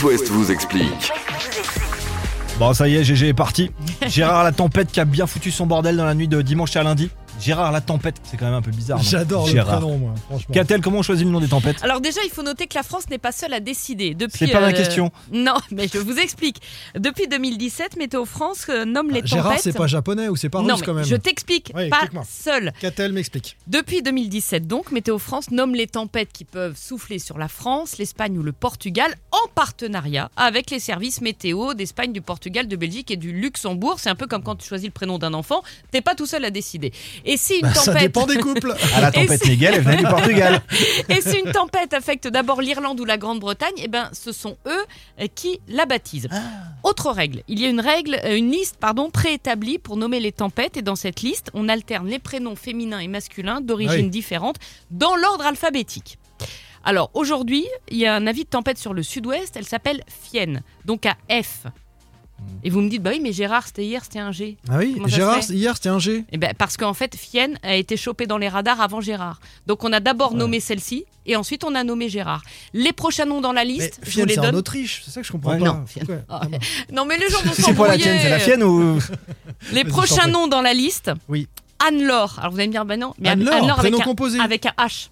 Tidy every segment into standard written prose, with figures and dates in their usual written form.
West vous explique. Bon, ça y est, GG est parti. Gérard la tempête qui a bien foutu son bordel dans la nuit de dimanche à lundi. Gérard la tempête, c'est quand même un peu bizarre. Non J'adore le Gérard. prénom, moi, franchement. Qu'a-t-elle, comment on choisit le nom des tempêtes? Alors déjà, il faut noter que la France n'est pas seule à décider. Depuis, C'est pas ma question. Non, mais je vous explique. Depuis 2017, Météo France nomme les Gérard, tempêtes. c'est pas japonais ou c'est pas Non, russe quand mais même? je t'explique, Ouais, pas explique-moi. seul. Qu'a-t-elle m'explique. Depuis 2017, donc, Météo France nomme les tempêtes qui peuvent souffler sur la France, l'Espagne ou le Portugal en partenariat avec les services météo d'Espagne, du Portugal, de Belgique et du Luxembourg. C'est un peu comme quand tu choisis le prénom d'un enfant, t'es pas tout seul à décider. Et si une Ça tempête... dépend des couples. Ah, la tempête Miguel, elle venait du Portugal. Et si une tempête affecte d'abord l'Irlande ou la Grande-Bretagne, eh ben, ce sont eux qui la baptisent. Autre règle, il y a une liste préétablie pour nommer les tempêtes, et dans cette liste, on alterne les prénoms féminins et masculins d'origine différente dans l'ordre alphabétique. Alors aujourd'hui, il y a un avis de tempête sur le sud-ouest, elle s'appelle Fienne, donc à F. Et vous me dites, bah oui, mais Gérard, c'était hier, c'était un G. Ah oui, Comment ça Gérard, se fait hier c'était un G. Eh ben, parce qu'en fait, Fienne a été chopée dans les radars avant Gérard. Donc on a d'abord nommé celle-ci, et ensuite on a nommé Gérard. Les prochains noms dans la Mais liste, je vous Fienne, les c'est en donne. Autriche, c'est ça que je comprends Ouais, pas. non, Fienne. Pourquoi Ah, Ah, bon. Non, mais les gens vont C'est quoi la s'embrouiller. tienne? C'est la fienne ou... Les Vas-y, prochains t'en prie. noms dans la liste. Oui. Anne-Laure. Alors vous allez me dire, bah non. Mais Anne-Laure, prénom avec composé. avec un H.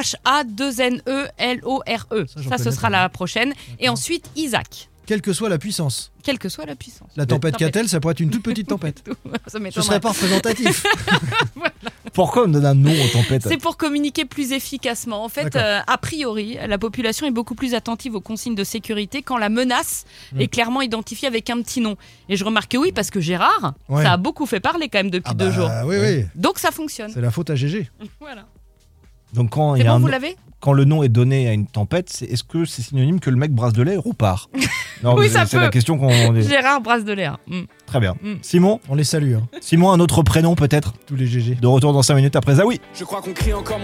H-A-2-N-E-L-O-R-E. j'en Ça, ce connais sera pas. la prochaine. Et ensuite, Isaac. Quelle que soit la puissance. Quelle que soit la puissance. La tempête Tempête. qu'a-t-elle, ça pourrait être une toute petite tempête. Ça Ce m'étonnerait. serait pas représentatif. Pourquoi on donne un nom aux tempêtes? C'est pour communiquer plus efficacement. En fait, D'accord. a priori, la population est beaucoup plus attentive aux consignes de sécurité quand la menace est clairement identifiée avec un petit nom. Et je remarque que oui, parce que Gérard, Ouais. ça a beaucoup fait parler quand même depuis 2 jours. Oui, oui. Donc ça fonctionne. C'est la faute à GG. Voilà. Donc quand il C'est y a bon, un vous nom- l'avez? quand le nom est donné à une tempête, est-ce que c'est synonyme que le mec brasse de l'air ou part? Non, Oui, c'est ça c'est peut. la question qu'on... Gérard brasse de l'air. Très bien. Mm. Simon, On les salue, hein, un autre prénom peut-être? tous les GG. De retour dans 5 minutes après Zawi. Je crois qu'on crie encore